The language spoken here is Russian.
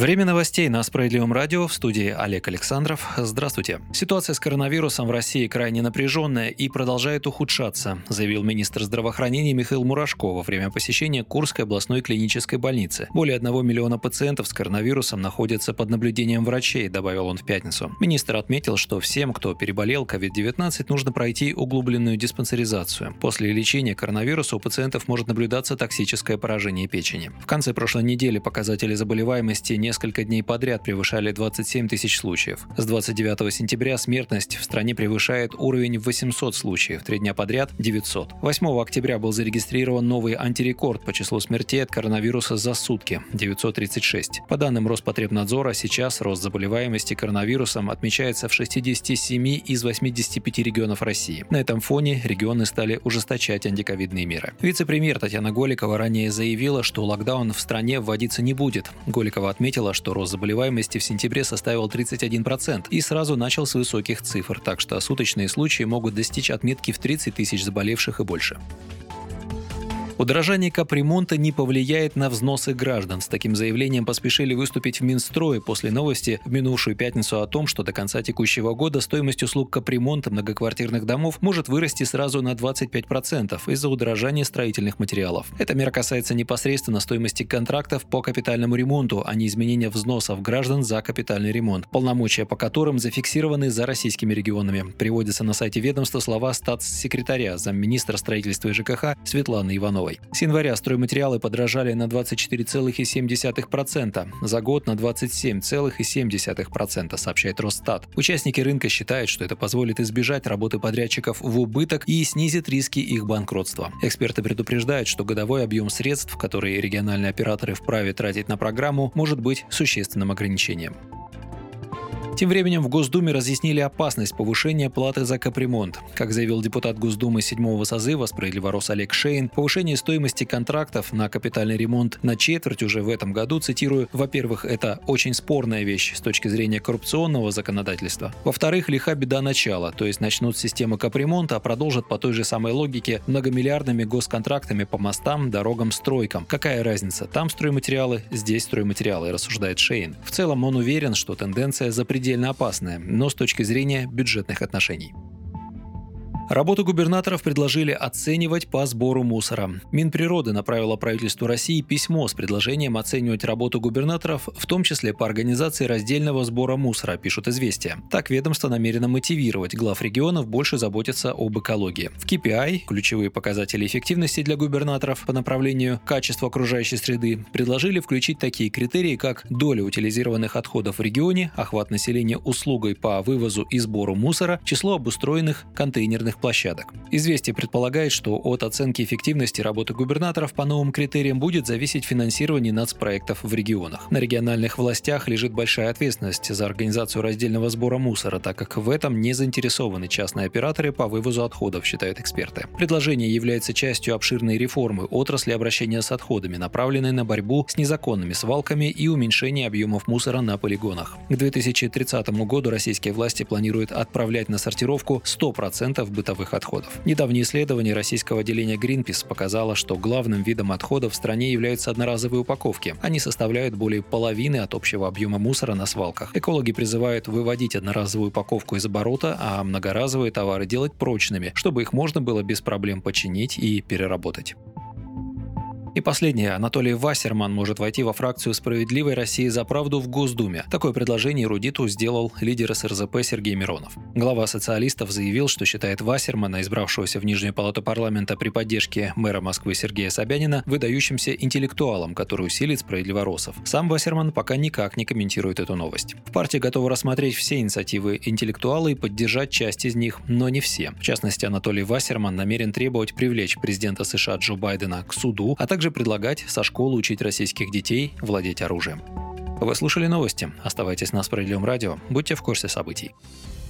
Время новостей на Справедливом радио, в студии Олег Александров. Здравствуйте. Ситуация с коронавирусом в России крайне напряженная и продолжает ухудшаться, заявил министр здравоохранения Михаил Мурашко во время посещения Курской областной клинической больницы. Более 1 миллиона пациентов с коронавирусом находятся под наблюдением врачей, добавил он в пятницу. Министр отметил, что всем, кто переболел COVID-19, нужно пройти углубленную диспансеризацию. После лечения коронавируса у пациентов может наблюдаться токсическое поражение печени. В конце прошлой недели показатели заболеваемости несколько дней подряд превышали 27 тысяч случаев. С 29 сентября смертность в стране превышает уровень 800 случаев, 3 дня подряд – 900. 8 октября был зарегистрирован новый антирекорд по числу смертей от коронавируса за сутки – 936. По данным Роспотребнадзора, сейчас рост заболеваемости коронавирусом отмечается в 67 из 85 регионов России. На этом фоне регионы стали ужесточать антиковидные меры. Вице-премьер Татьяна Голикова ранее заявила, что локдаун в стране вводиться не будет. Голикова отметила, что рост заболеваемости в сентябре составил 31% и сразу начал с высоких цифр, так что суточные случаи могут достичь отметки в 30 тысяч заболевших и больше. Удорожание капремонта не повлияет на взносы граждан. С таким заявлением поспешили выступить в Минстрое после новости в минувшую пятницу о том, что до конца текущего года стоимость услуг капремонта многоквартирных домов может вырасти сразу на 25% из-за удорожания строительных материалов. Эта мера касается непосредственно стоимости контрактов по капитальному ремонту, а не изменения взносов граждан за капитальный ремонт, полномочия по которым зафиксированы за российскими регионами. Приводятся на сайте ведомства слова статс-секретаря, замминистра строительства и ЖКХ Светланы Ивановой. С января стройматериалы подорожали на 24,7%, за год на 27,7%, сообщает Росстат. Участники рынка считают, что это позволит избежать работы подрядчиков в убыток и снизит риски их банкротства. Эксперты предупреждают, что годовой объем средств, которые региональные операторы вправе тратить на программу, может быть существенным ограничением. Тем временем в Госдуме разъяснили опасность повышения платы за капремонт. Как заявил депутат Госдумы 7-го созыва «Справедливорос» Олег Шейн, повышение стоимости контрактов на капитальный ремонт на четверть уже в этом году, цитирую, «во-первых, это очень спорная вещь с точки зрения коррупционного законодательства. Во-вторых, лиха беда начала, то есть начнут с системы капремонта, а продолжат по той же самой логике многомиллиардными госконтрактами по мостам, дорогам, стройкам. Какая разница? Там стройматериалы, здесь стройматериалы», рассуждает Шейн. В целом он уверен, что тенденция запредельная, опасная, но с точки зрения бюджетных отношений. Работу губернаторов предложили оценивать по сбору мусора. Минприроды направила правительству России письмо с предложением оценивать работу губернаторов, в том числе по организации раздельного сбора мусора, пишут «Известия». Так ведомство намерено мотивировать глав регионов больше заботиться об экологии. В KPI, ключевые показатели эффективности для губернаторов по направлению качества окружающей среды, предложили включить такие критерии, как доля утилизированных отходов в регионе, охват населения услугой по вывозу и сбору мусора, число обустроенных контейнерных площадок. «Известие» предполагает, что от оценки эффективности работы губернаторов по новым критериям будет зависеть финансирование нацпроектов в регионах. На региональных властях лежит большая ответственность за организацию раздельного сбора мусора, так как в этом не заинтересованы частные операторы по вывозу отходов, считают эксперты. Предложение является частью обширной реформы отрасли обращения с отходами, направленной на борьбу с незаконными свалками и уменьшение объемов мусора на полигонах. К 2030 году российские власти планируют отправлять на сортировку 100% бытовых отходов. Недавнее исследование российского отделения Greenpeace показало, что главным видом отходов в стране являются одноразовые упаковки. Они составляют более половины от общего объема мусора на свалках. Экологи призывают выводить одноразовую упаковку из оборота, а многоразовые товары делать прочными, чтобы их можно было без проблем починить и переработать. И последнее. Анатолий Вассерман может войти во фракцию «Справедливой России за правду» в Госдуме. Такое предложение эрудиту сделал лидер СРЗП Сергей Миронов. Глава социалистов заявил, что считает Вассермана, избравшегося в Нижнюю палату парламента при поддержке мэра Москвы Сергея Собянина, выдающимся интеллектуалом, который усилит справедливоросов. Сам Вассерман пока никак не комментирует эту новость. В партии готовы рассмотреть все инициативы интеллектуала и поддержать часть из них, но не все. В частности, Анатолий Вассерман намерен требовать привлечь президента США Джо Байдена к суду, а также предлагать со школы учить российских детей владеть оружием. Вы слушали новости. Оставайтесь на Справедливом радио. Будьте в курсе событий.